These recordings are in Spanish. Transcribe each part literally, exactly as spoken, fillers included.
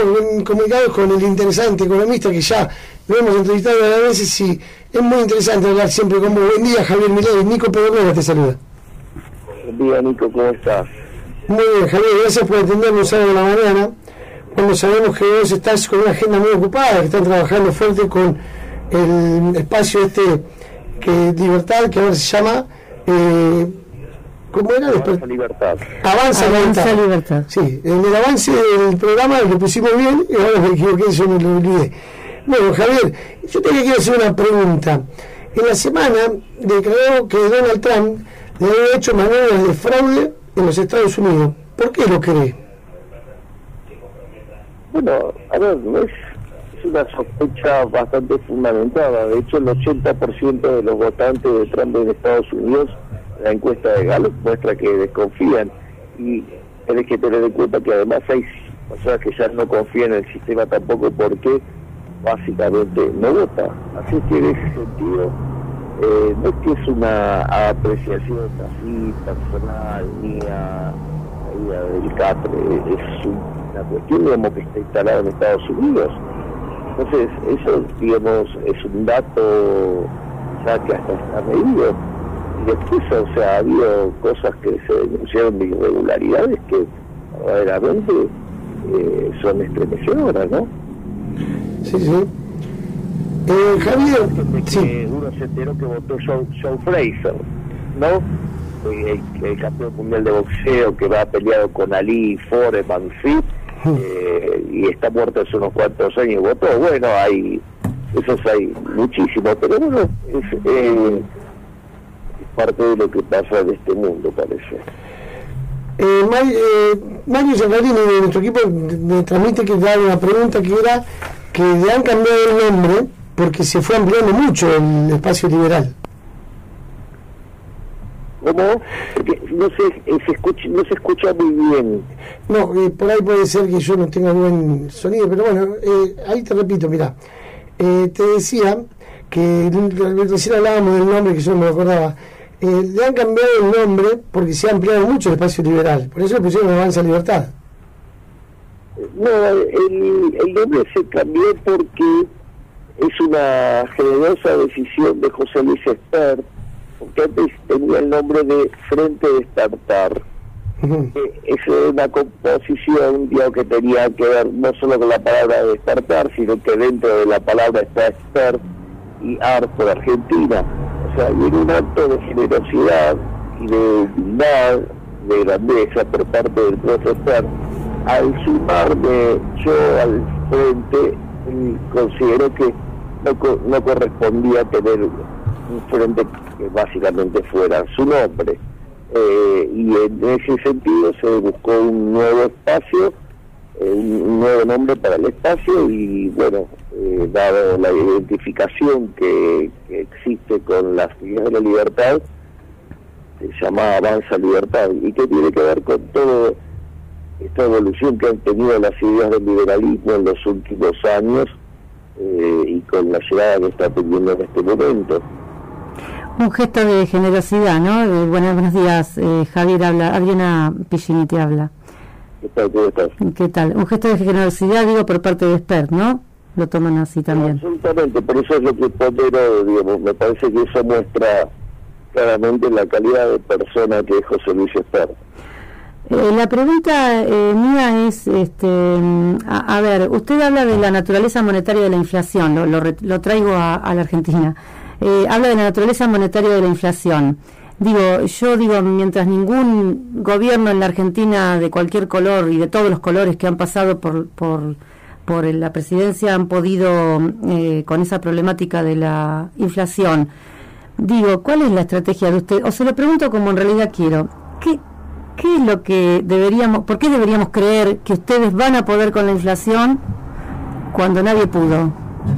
comunicados con el interesante economista que ya lo hemos entrevistado a veces y es muy interesante hablar siempre con vos. Buen día, Javier Milei. Nico Pedernera te saluda. Buen día, Nico, ¿cómo estás? Muy bien, Javier, gracias por atendernos sábado de la mañana, cuando sabemos que vos estás con una agenda muy ocupada, que están trabajando fuerte con el espacio este que Libertad, que ahora se llama eh, ¿cómo era? Avanza Libertad. Avanza, Avanza Libertad. Libertad. Sí, en el avance del programa lo pusimos bien y ahora me equivoqué, yo me lo olvidé. Bueno, Javier, yo te quiero hacer una pregunta. En la semana declaró que Donald Trump le había hecho maniobras de fraude en los Estados Unidos. ¿Por qué lo cree? Bueno, a ver, no es, es una sospecha bastante fundamentada. De hecho, el ochenta por ciento de los votantes de Trump en Estados Unidos, la encuesta de Gallup muestra que desconfían. Y tenés que tener en cuenta que además hay personas que ya no confían en el sistema tampoco porque básicamente no vota. Así que en ese sentido, eh, no es que es una apreciación así personal, mía, idea del catre, es una cuestión, digamos, que está instalada en Estados Unidos. Entonces, eso, digamos, es un dato ya que hasta está medido. Y después, o sea, ha habido cosas que se denunciaron de irregularidades que verdaderamente eh, son estremecedoras, ¿no? Sí, sí. Eh, Javier, que sí. Uno se enteró que votó Joe, Joe Frazier, ¿no? El, el campeón mundial de boxeo que va peleado con Ali Foreman, ¿sí? Eh, y está muerto hace unos cuantos años, votó. Bueno, hay, esos hay muchísimos, pero bueno, es, eh, es parte de lo que pasa en este mundo, parece. Eh, Mario, eh, Mario Giancarlini de nuestro equipo me transmite que te haga una pregunta que era que le han cambiado el nombre porque se fue ampliando mucho el espacio liberal. ¿Cómo? Porque no se, se escucha, no se escucha muy bien. No, eh, por ahí puede ser que yo no tenga buen sonido, pero bueno, eh, ahí te repito, mirá, eh, te decía que recién hablábamos del nombre que yo no me acordaba. Eh, le han cambiado el nombre porque se ha ampliado mucho el espacio liberal, por eso le pusieron Avanza Libertad. No, el, el nombre se cambió porque es una generosa decisión de José Luis Espert, porque antes tenía el nombre de Frente Despertar. Uh-huh. Eh, es una composición, digamos, que tenía que ver no solo con la palabra despertar, sino que dentro de la palabra está Espert y Art por Argentina. O sea, y en un acto de generosidad y de humildad, de grandeza por parte del profesor, al sumarme yo al frente, considero que no, no correspondía tener un frente que básicamente fuera su nombre. Eh, y en ese sentido se buscó un nuevo espacio, eh, un nuevo nombre para el espacio y bueno, eh, dado la identificación que, que existe con las ideas de la libertad, se llama Avanza Libertad y que tiene que ver con todo esta evolución que han tenido las ideas del liberalismo en los últimos años eh, y con la llegada que está teniendo en este momento. Un gesto de generosidad, ¿no? Eh, buenos, buenos días, eh, Javier, habla, Adriana Piccini te habla. ¿Qué tal? ¿Cómo estás? ¿Qué tal? Un gesto de generosidad, digo, por parte de Espert, ¿no? Lo toman así también. Absolutamente, por eso es lo que pondero, digamos, me parece que eso muestra claramente la calidad de persona que es José Luis Espert. Eh, la pregunta eh, mía es, este, a, a ver, usted habla de la naturaleza monetaria de la inflación, lo, lo, lo traigo a, a la Argentina. Eh, habla de la naturaleza monetaria de la inflación. Digo, yo digo, mientras ningún gobierno en la Argentina de cualquier color y de todos los colores que han pasado por por, por la presidencia han podido eh, con esa problemática de la inflación, digo, ¿cuál es la estrategia de usted? O se lo pregunto como en realidad quiero. ¿Qué, qué es lo que deberíamos, por qué deberíamos creer que ustedes van a poder con la inflación cuando nadie pudo?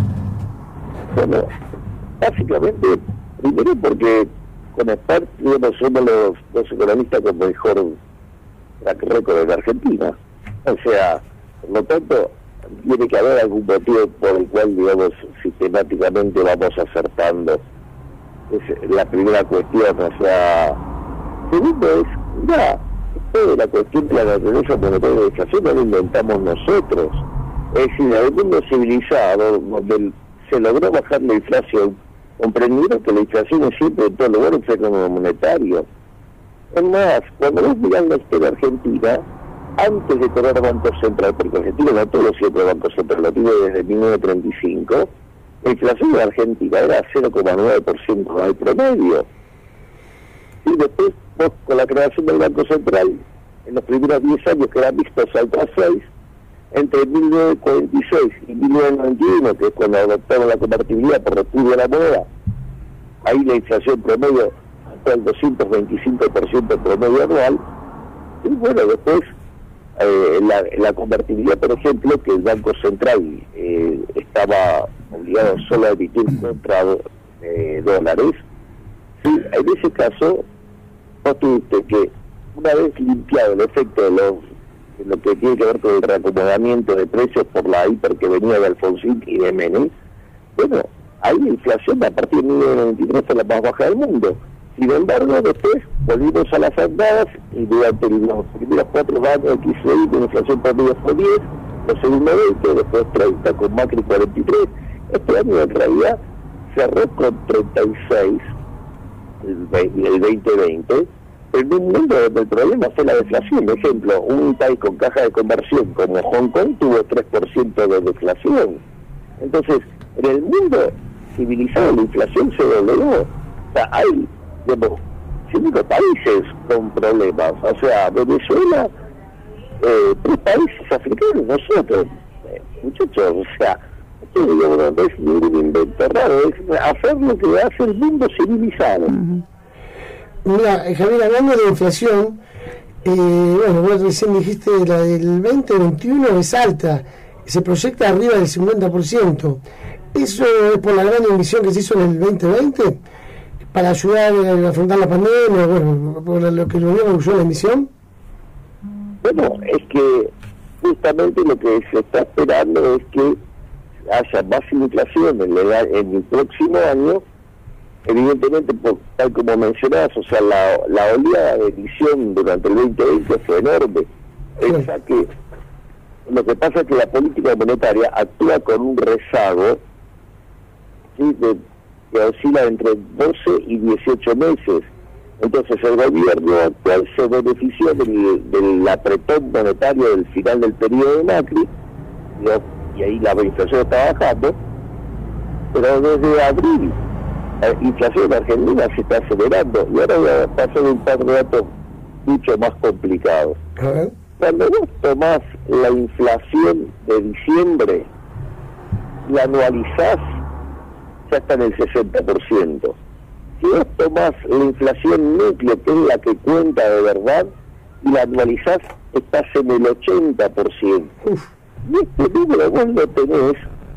Bueno, básicamente, primero porque con Espert, digamos, somos los dos economistas con mejor track record en Argentina. O sea, por lo tanto, tiene que haber algún motivo por el cual, digamos, sistemáticamente vamos acertando. Es la primera cuestión. O sea, segundo es, mira, esto de la cuestión de la naturaleza monetaria de la inflación no lo inventamos nosotros. Es decir, en el mundo civilizado, donde se logró bajar la inflación, comprendieron que la inflación es siempre en todo lugar un fenómeno monetario. Es más, cuando vos mirás la historia argentina, antes de tener Banco Central, porque Argentina no tuvo siempre Banco Central, lo tuvo desde mil novecientos treinta y cinco, la inflación de Argentina era cero coma nueve por ciento al promedio. Y después, vos, con la creación del Banco Central, en los primeros diez años que era mixto, saltó a seis, entre mil novecientos cuarenta y seis y mil novecientos noventa y uno, que es cuando adoptaron la convertibilidad por repudio de la moneda, ahí la inflación promedio hasta el doscientos veinticinco por ciento promedio anual. Y bueno, después eh, la, la convertibilidad, por ejemplo, que el Banco Central eh, estaba obligado solo a emitir contra eh, dólares, sí, en ese caso vos tuviste que, una vez limpiado el efecto de los de lo que tiene que ver con el reacomodamiento de precios por la hiper que venía de Alfonsín y de Menem, bueno, ahí la inflación a partir de mil novecientos noventa y tres fue la más baja del mundo. Sin embargo, después volvimos a las andadas y durante los primeros cuatro años de Kirchner la inflación promedio fue diez, los segundos veinte, después treinta con Macri cuarenta y tres. Este año en realidad cerró con treinta y seis, el, el veinte veinte, en un mundo donde el problema fue la deflación. Por ejemplo, un país con caja de conversión como Hong Kong tuvo tres por ciento de deflación. Entonces, en el mundo civilizado la inflación se doblegó. O sea, hay, digamos, cinco países con problemas. O sea, Venezuela, eh, tres países africanos, nosotros, eh, muchachos, o sea, esto digo, no es ningún invento raro, es hacer lo que hace el mundo civilizado. Uh-huh. Mira, Javier, hablando de inflación, eh, bueno, vos recién dijiste la del veinte veintiuno es alta, se proyecta arriba del cincuenta por ciento. ¿Eso es por la gran emisión que se hizo en el veinte veinte? ¿Para ayudar a afrontar la pandemia? Bueno, por lo que el gobierno usó la emisión. Bueno, es que justamente lo que se está esperando es que haya más inflación en, la, en el próximo año. Evidentemente, por, tal como mencionás, o sea, la, la oleada de emisión durante el veinte veinte fue enorme. Esa sí. que lo que pasa es que la política monetaria actúa con un rezago, ¿sí?, de, que oscila entre doce y dieciocho meses. Entonces el gobierno actual se benefició del, del apretón monetario del final del periodo de Macri, y, y ahí la inflación está bajando, pero desde abril la inflación en Argentina se está acelerando, y ahora voy a pasar un par de datos mucho más complicados. Uh-huh. Cuando vos tomás la inflación de diciembre, la anualizás, ya está en el sesenta por ciento. Si vos tomás la inflación núcleo, que es la que cuenta de verdad, y la anualizás, estás en el ochenta por ciento. Uf. Y este número vos lo tenés,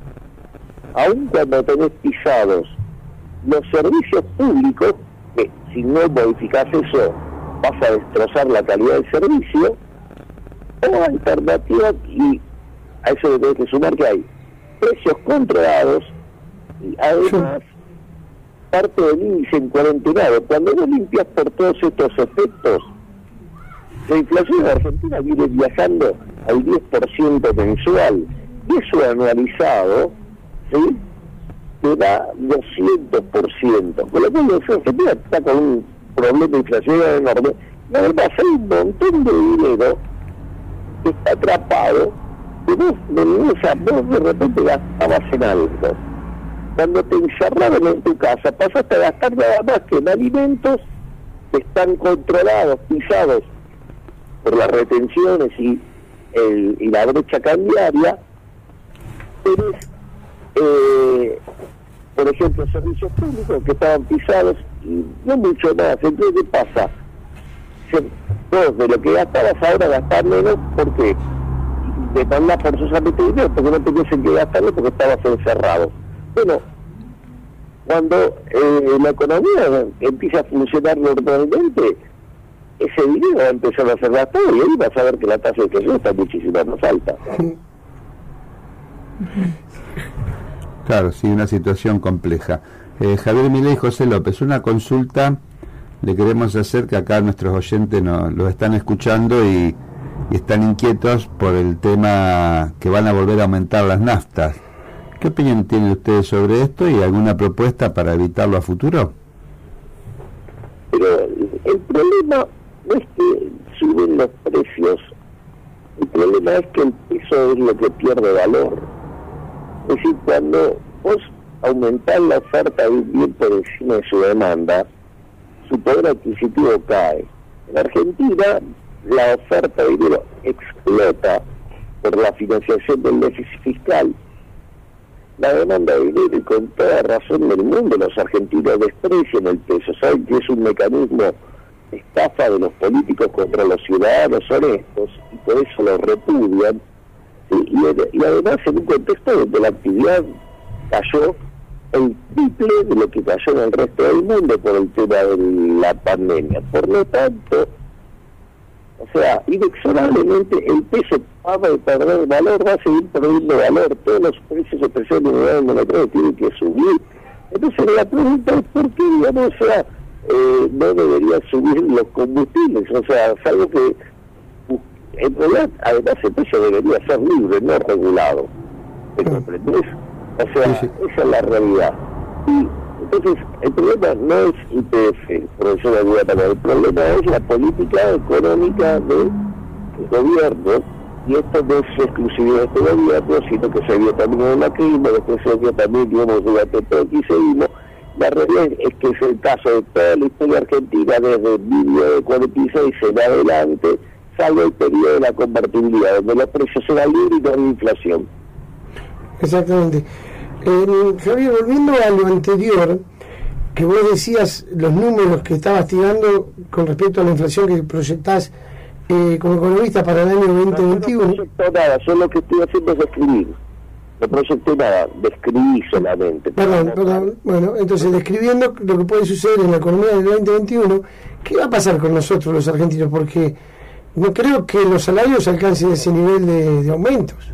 aun cuando tenés pisados los servicios públicos, que si no modificás eso, vas a destrozar la calidad del servicio, o alternativa, y a eso le tenés que sumar que hay precios controlados, y además parte del índice encuarentenado. Cuando vos limpias por todos estos efectos, la inflación en Argentina viene viajando al diez por ciento mensual, y eso anualizado, ¿sí?, te da doscientos por ciento. Con lo cual la Argentina está con un problema de inflación enorme. Y además hay un montón de dinero que está atrapado, que vos, o sea, vos de repente gastabas en algo. Cuando te encerraron en tu casa, pasaste a gastar nada más que en alimentos que están controlados, pisados por las retenciones y, el, y la brecha cambiaria. Tenés, eh, por ejemplo, servicios públicos que estaban pisados y no mucho más. Entonces, ¿qué pasa? Se, vos de lo que gastabas ahora gastás menos, porque demandás forzosamente dinero, porque no tenías en qué gastarlo porque estabas encerrado. Bueno, cuando eh, la economía empieza a funcionar normalmente, ese dinero va a empezar a ser gastado y ahí vas a ver que la tasa de inflación está muchísimo más alta. Claro, sí, una situación compleja. Eh, Javier Milei y José López, una consulta le queremos hacer, que acá nuestros oyentes nos lo están escuchando y, y están inquietos por el tema que van a volver a aumentar las naftas. ¿Qué opinión tienen ustedes sobre esto y alguna propuesta para evitarlo a futuro? Pero el problema no es que suben los precios, el problema es que el peso es lo que pierde valor. Es decir, cuando vos aumentás la oferta de un bien por encima de su demanda, su poder adquisitivo cae. En Argentina, la oferta de dinero explota por la financiación del déficit fiscal. La demanda de dinero, y con toda razón del mundo, los argentinos desprecian el peso, saben que es un mecanismo de estafa de los políticos contra los ciudadanos honestos, y por eso lo repudian. Sí, y, y además en un contexto donde la actividad cayó el triple de lo que cayó en el resto del mundo por el tema de la pandemia. Por lo tanto, o sea, inexorablemente el peso va a perder valor, va a seguir perdiendo valor, todos los precios expresados en unidades monetarias tienen que subir. Entonces la pregunta es por qué, digamos, o sea, eh, no deberían subir los combustibles, o sea, es algo que en realidad además el precio debería ser libre, no regulado. ¿Me comprendes? O sea, sí, sí. Esa es la realidad. Y entonces, el problema no es I P F, profesor Aguilar, el problema es la política económica del gobierno, y esto no es exclusivo de este gobierno, sino que se vio también en la crisis, después se vio también, digamos, durante todo el kirchnerismo. La realidad es que es el caso de toda la historia argentina, desde mil novecientos cuarenta y seis en adelante, salvo el periodo de la convertibilidad, donde los precios eran libres y no había inflación. Exactamente. Eh, Javier, volviendo a lo anterior, que vos decías los números que estabas tirando con respecto a la inflación que proyectás eh, como economista para el año veinte veintiuno. No, no proyecto nada, yo lo que estoy haciendo es escribir. No proyecté nada, describí solamente. Perdón, perdón. Bueno, entonces describiendo lo que puede suceder en la economía del veinte veintiuno, ¿qué va a pasar con nosotros los argentinos? Porque no creo que los salarios alcancen ese nivel de, de aumentos.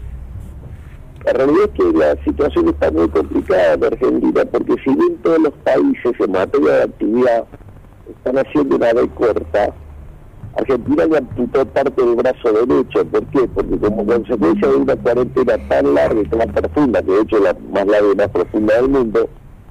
La realidad es que la situación está muy complicada en Argentina, porque si bien todos los países en materia de actividad están haciendo una vez corta, Argentina ya amputó parte del brazo derecho. ¿Por qué? Porque como consecuencia de una cuarentena tan larga y tan profunda, que de hecho es la más larga y más profunda del mundo,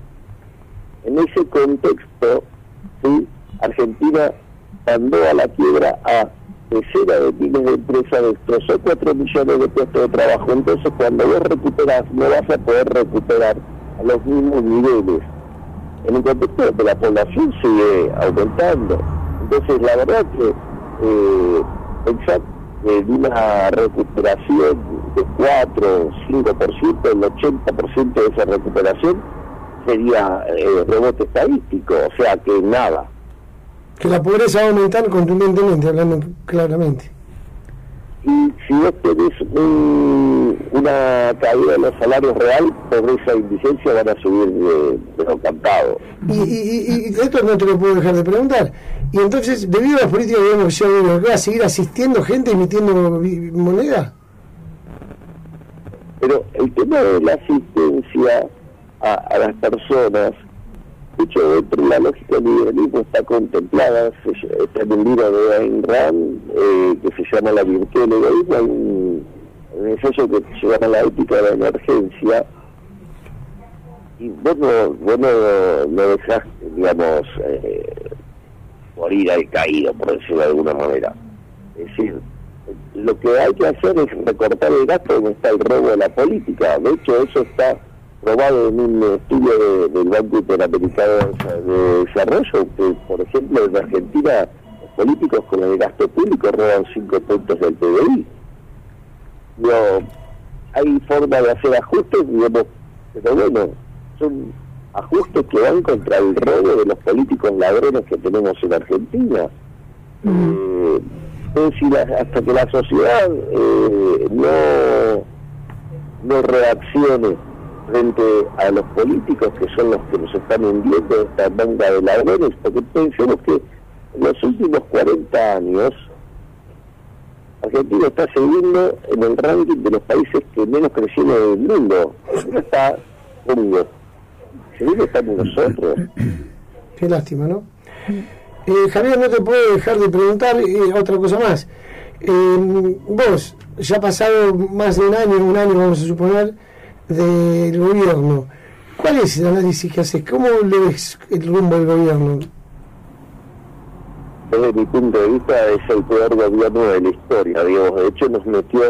en ese contexto, ¿sí?, Argentina mandó a la quiebra a decenas de miles de empresas, destrozó cuatro millones de puestos de trabajo. Entonces, cuando vos recuperás, no vas a poder recuperar a los mismos niveles, en un contexto donde la población sigue aumentando. Entonces, la verdad que eh, pensar eh, de una recuperación de cuatro o cinco por ciento, el ochenta por ciento de esa recuperación sería eh, rebote estadístico, o sea que nada. Que la pobreza va a aumentar contundentemente, hablando claramente. Y si vos tenés un, una caída de los salarios real, pobreza e indigencia van a subir de, de lo cantado. Y, y, y esto no te lo puedo dejar de preguntar. Y entonces, debido a las políticas de gobierno, ¿va a seguir asistiendo gente emitiendo moneda? Pero el tema de la asistencia a, a las personas, de hecho, dentro de la lógica del liberalismo está contemplada, se, está en un libro de Ayn Rand, eh, que se llama La virtud del egoísmo, hay un, un ensayo que se llama La ética de la emergencia, y vos no, vos no, no dejás, digamos, eh, morir al caído, por decirlo de alguna manera. Es decir, lo que hay que hacer es recortar el gasto donde está el robo de la política. De hecho, eso está probado en un estudio de, del Banco Interamericano de Desarrollo, que por ejemplo en Argentina los políticos con el gasto público roban cinco puntos del P B I. No, hay forma de hacer ajustes, digamos, pero bueno, son ajustes que van contra el robo de los políticos ladrones que tenemos en Argentina. Mm. Eh, es decir, hasta que la sociedad eh, no, no reaccione frente a los políticos que son los que nos están hundiendo esta banda de ladrones, porque pensemos que en los últimos cuarenta años Argentina está siguiendo en el ranking de los países que menos crecieron en el mundo. Argentina está conmigo, seguimos estamos nosotros. Qué lástima, ¿no? Eh, Javier, no te puedo dejar de preguntar eh, otra cosa más. Eh, vos, ya ha pasado más de un año, un año vamos a suponer, del gobierno. ¿Cuál es el análisis que haces? ¿Cómo le ves el rumbo del gobierno? Desde mi punto de vista es el peor gobierno de la historia, digamos. De hecho nos metió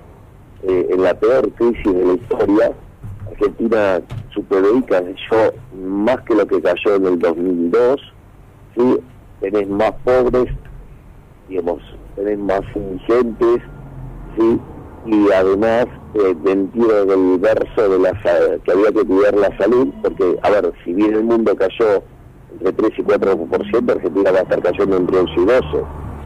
eh, en la peor crisis de la historia. Argentina, su P B I cayó más que lo que cayó en el dos mil dos, ¿sí? Tenés más pobres, digamos, tenés más indigentes, ¿sí? Y además eh, dentro del verso de la que había que cuidar la salud, porque, a ver, si bien el mundo cayó entre tres y cuatro por ciento, Argentina va a estar cayendo entre once y doce,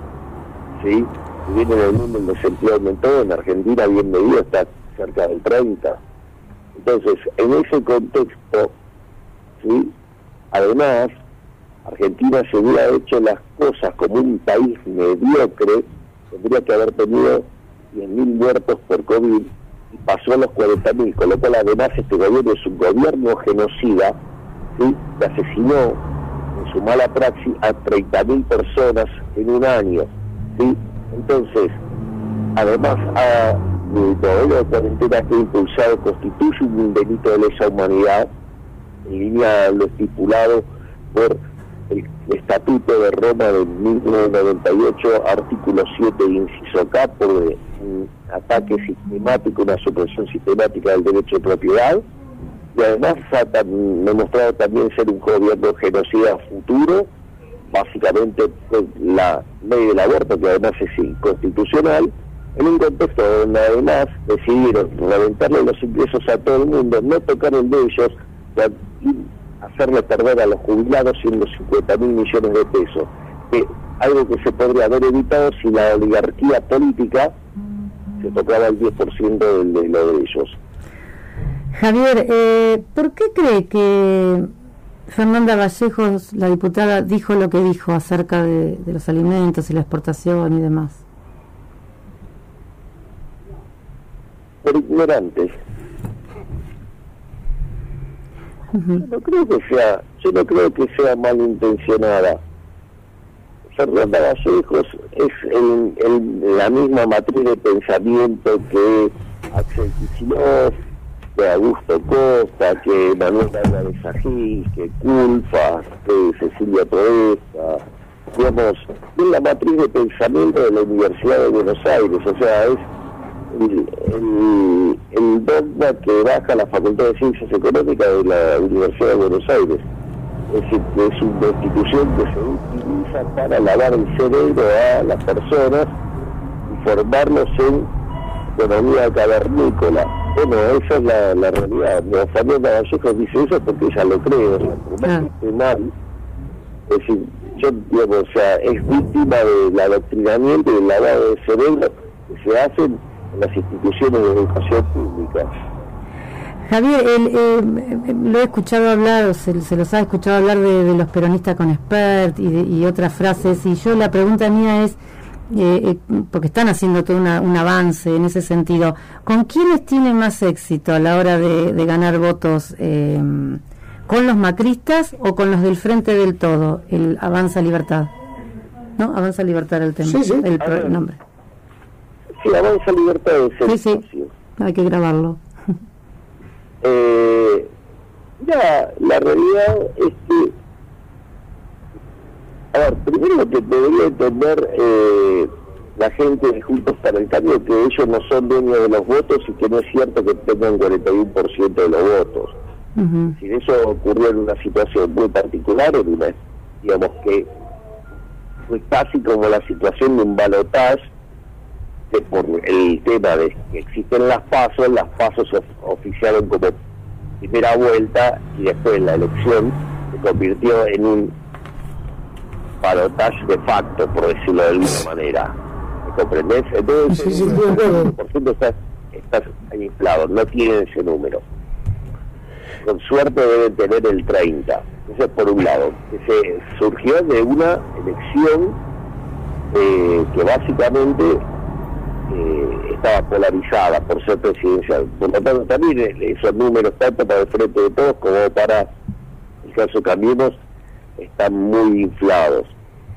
¿sí? Si bien en el mundo el desempleo aumentó, en Argentina bien medido está cerca del treinta. Entonces, en ese contexto, ¿sí? Además, Argentina, si hubiera hecho las cosas como un país mediocre, tendría que haber tenido diez mil muertos por COVID y pasó a los cuarenta mil, con lo cual además este gobierno es un gobierno genocida, ¿sí? Que asesinó en su mala praxis a treinta mil personas en un año, ¿sí? Entonces, además, a, el modelo de cuarentena que ha impulsado constituye un delito de lesa humanidad, en línea a lo estipulado por el Estatuto de Roma de mil novecientos noventa y ocho, artículo siete, inciso K, por un ataque sistemático, una supresión sistemática del derecho de propiedad, y además ha demostrado también ser un gobierno genocida futuro, básicamente pues, la ley del aborto, que además es inconstitucional, en un contexto donde además decidieron reventarle los ingresos a todo el mundo, no tocar el de ellos, y hacerle perder a los jubilados ciento cincuenta mil millones de pesos, que algo que se podría haber evitado si la oligarquía política se tocaba el diez por ciento de, de lo de ellos. Javier, eh, ¿por qué cree que Fernanda Vallejos, la diputada, dijo lo que dijo acerca de, de los alimentos y la exportación y demás? Por ignorantes. Uh-huh. Yo no creo que sea, yo no creo que sea malintencionada. Fernanda Vallejos es el, el, la misma matriz de pensamiento que Axel Kicillof, que Augusto Costa, que Manuel Álvarez Agís, que Culfas, que Cecilia Podesta, digamos, es la matriz de pensamiento de la Universidad de Buenos Aires, o sea, es el, el, el dogma que baja la Facultad de Ciencias Económicas de la Universidad de Buenos Aires. Es decir, que es una institución que se utiliza para lavar el cerebro a las personas y formarlos en economía cavernícola. Bueno, esa es la, la realidad. Fernanda Vallejos dice eso porque ella lo cree, o sea, por más que esté mal, es decir, yo digo, o sea, es víctima del adoctrinamiento y del lavado de cerebro que se hacen en las instituciones de educación pública. Javier, el, eh, lo he escuchado hablar, se, se los ha escuchado hablar de, de los peronistas con expert y, de, y otras frases, y yo la pregunta mía es, eh, eh, porque están haciendo todo una, un avance en ese sentido, ¿con quiénes tienen más éxito a la hora de, de ganar votos? Eh, ¿Con los macristas o con los del Frente del Todo, el Avanza Libertad? ¿No? Avanza Libertad era el tema, sí, sí. el pro, nombre. Sí, Avanza Libertad es el sí, sí. Hay que grabarlo. Eh, ya, la realidad es que, a ver, primero lo que debería entender eh, la gente de Juntos para el Cambio, que ellos no son dueños de los votos y que no es cierto que tengan cuarenta y uno por ciento de los votos. Uh-huh. Si eso ocurrió en una situación muy particular, en una, digamos que fue casi como la situación de un balotaje, que por el tema de que existen las pasos, las pasos se oficiaron como primera vuelta y después la elección se convirtió en un balotaje de facto, por decirlo de alguna manera. ¿Me comprendés? Entonces sí, sí, el sí, cinco por ciento está, está inflado, no tienen ese número. Con suerte deben tener el treinta. Eso es por un lado, que se surgió de una elección eh, que básicamente Eh, estaba polarizada por ser presidencial. Por lo tanto, también esos números, tanto para el Frente de Todos como para el caso Cambiemos, están muy inflados.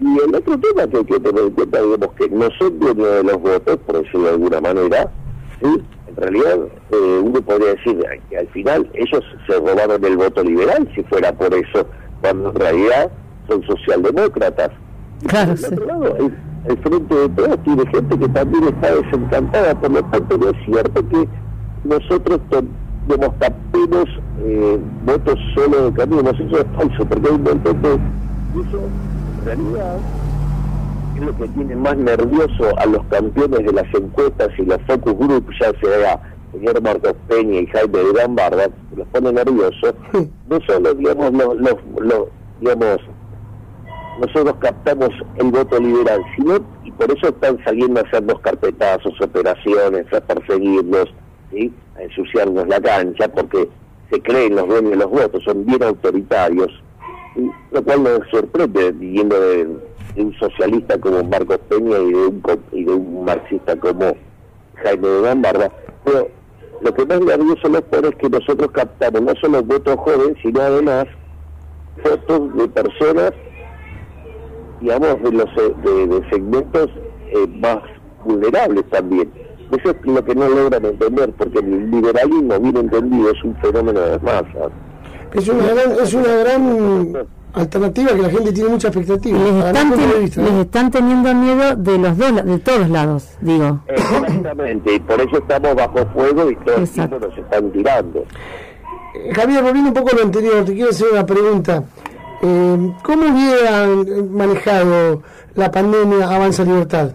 Y el otro tema que hay que tener en cuenta, digamos, que no son dueños de los votos, por decirlo de alguna manera, ¿sí? En realidad, eh, uno podría decir que al final ellos se robaron el voto liberal, si fuera por eso, cuando en realidad son socialdemócratas. Claro, Por otro lado, el, el Frente de Todos tiene gente que también está desencantada, por lo tanto no es cierto que nosotros digamos, tapemos eh, votos solo de Cambiemos, eso es falso, porque hay un montón de... Eso, en realidad, es lo que tiene más nervioso a los campeones de las encuestas y los focus groups, ya sea señor Marcos Peña y Jaime de Gambarda, que los pone nerviosos, no solo, digamos, los, los, los, digamos, nosotros captamos el voto liberal, sino, y por eso están saliendo a hacernos carpetazos, operaciones, a perseguirnos, ¿sí? A ensuciarnos la cancha, porque se creen los dueños de los votos, son bien autoritarios, ¿sí? Lo cual nos sorprende, viniendo de, de un socialista como Marcos Peña y de un, y de un marxista como Jaime de Gambarda. Pero lo que más nervioso nos pone es que nosotros captamos no solo votos jóvenes, sino además votos de personas, digamos, de los de, de segmentos eh, más vulnerables también. Eso es lo que no logran entender, porque el liberalismo bien entendido es un fenómeno de masas. Es una gran, es una gran alternativa que la gente tiene mucha expectativa. Les están, ten, les están teniendo miedo de los dos, de todos lados, digo. Exactamente, y por eso estamos bajo fuego y todo el tiempo nos están tirando. Eh, Javier, volviendo un poco a lo anterior, te quiero hacer una pregunta. Eh, ¿Cómo hubieran manejado la pandemia Avanza Libertad?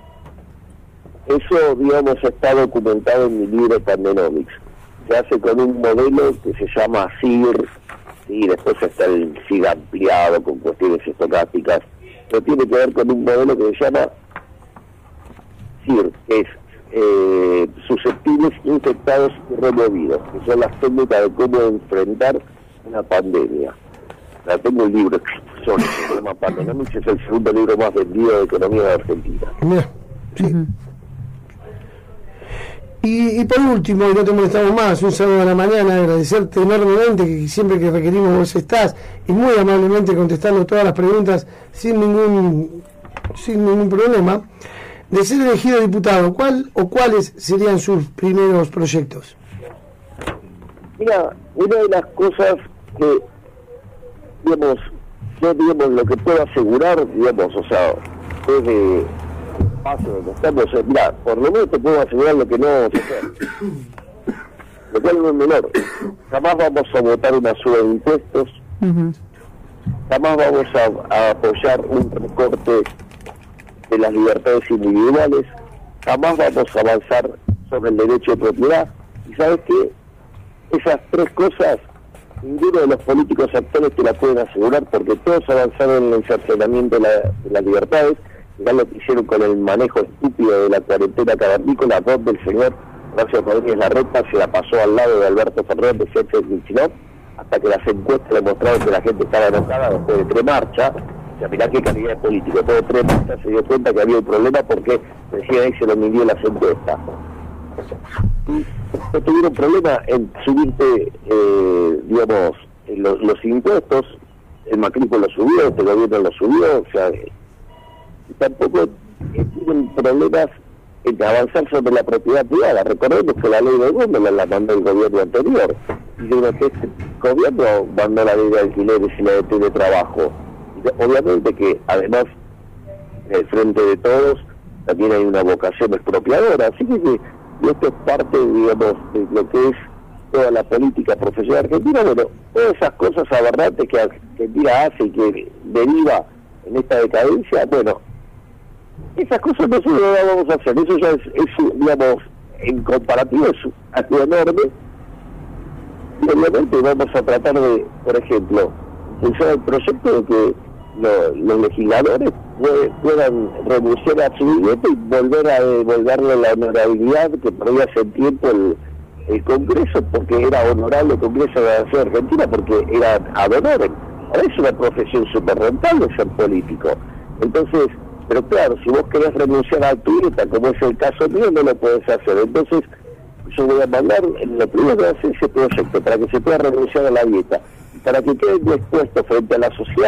Eso, digamos, está documentado en mi libro Pandenomics. Se hace con un modelo que se llama S I R, y después está el S I R ampliado con cuestiones estocásticas, pero tiene que ver con un modelo que se llama S I R, que es eh, susceptibles, infectados y removidos, que son las técnicas de cómo enfrentar una pandemia. La tengo un libro sobre el problema Pandenomics, es el segundo libro más vendido de economía de Argentina. Mira, sí. Uh-huh. Y, y por último, y no te molestamos más, un sábado a la mañana, agradecerte enormemente que siempre que requerimos vos estás y muy amablemente contestando todas las preguntas sin ningún sin ningún problema. De ser elegido diputado, ¿cuál o cuáles serían sus primeros proyectos? Mira, una de las cosas que, digamos, yo, digamos, lo que puedo asegurar, digamos, o sea, desde paso donde estamos, mira, por lo menos te puedo asegurar lo que no vamos a hacer, lo cual no es menor. Jamás vamos a votar una suba de impuestos, uh-huh. Jamás vamos a, a apoyar un recorte de las libertades individuales, jamás vamos a avanzar sobre el derecho de propiedad. Y sabes qué, esas tres cosas ninguno de los políticos actuales te la pueden asegurar, porque todos avanzaron en el cercenamiento de, la, de las libertades. Ya lo que hicieron con el manejo estúpido de la cuarentena cavernícola, donde el señor Horacio Rodríguez Larreta se la pasó al lado de Alberto Fernández, jefe de Kicillof, hasta que las encuestas demostraron que la gente estaba enojada después de tres marchas. O sea, mirá qué calidad de político. Después de tres marchas se dio cuenta que había un problema porque decía ahí se lo midió las encuestas. No tuvieron problema en subirte, eh, digamos, los, los impuestos. El macrismo lo subió, este gobierno lo subió, o sea... tampoco tienen problemas en avanzar sobre la propiedad privada. Recordemos que la ley de góndola la mandó el gobierno anterior, y durante este gobierno mandó la ley de alquileres y la de teletrabajo. Y obviamente que además del Frente de Todos también hay una vocación expropiadora, así que, que esto es parte, digamos, de lo que es toda la política profesional argentina. Bueno, todas esas cosas aberrantes que Argentina hace y que deriva en esta decadencia, bueno, esas cosas nosotros no las vamos a hacer. Eso ya es, es digamos, en comparativo es algo enorme. Y obviamente vamos a tratar de, por ejemplo, impulsar el proyecto de que lo, los legisladores puede, puedan renunciar a su billete y volver a devolverle la honorabilidad que perdía hace tiempo el, el Congreso, porque era honorable el Congreso de la Nación Argentina, porque era ad honorem. Ahora es una profesión súper rentable ser político. Entonces, pero claro, si vos querés renunciar a tu dieta, como es el caso mío, no lo podés hacer. Entonces, yo voy a mandar, lo primero que hacer ese proyecto, para que se pueda renunciar a la dieta, para que queden expuestos frente a la sociedad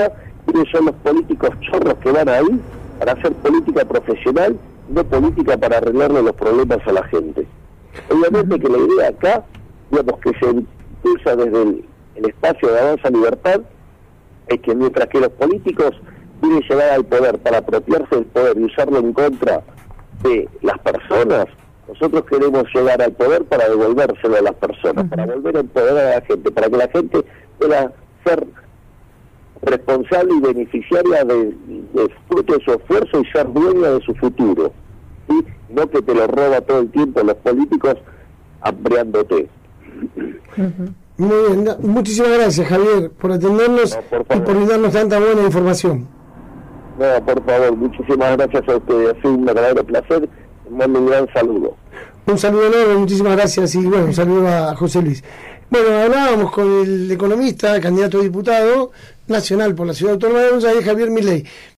¿Quiénes son los políticos chorros que van ahí para hacer política profesional, no política para arreglarle los problemas a la gente? Obviamente que la idea acá, digamos, que se impulsa desde el, el espacio de Avanza Libertad, es que mientras que los políticos quieren llegar al poder para apropiarse del poder y usarlo en contra de las personas, nosotros queremos llegar al poder para devolvérselo a las personas, uh-huh. para volver a empoderar a la gente, para que la gente pueda ser responsable y beneficiaria de, de fruto de su esfuerzo y ser dueña de su futuro, ¿sí? No que te lo roba todo el tiempo los políticos hambriándote. Uh-huh. Muy bien, muchísimas gracias, Javier, por atendernos no, por y por darnos tanta buena información. No, por favor, muchísimas gracias a ustedes, ha sido un verdadero placer, les mando un gran saludo. Un saludo enorme, muchísimas gracias y bueno, un saludo a José Luis. Bueno, hablábamos con el economista, candidato a diputado nacional por la Ciudad Autónoma de Buenos Aires, Javier Milei.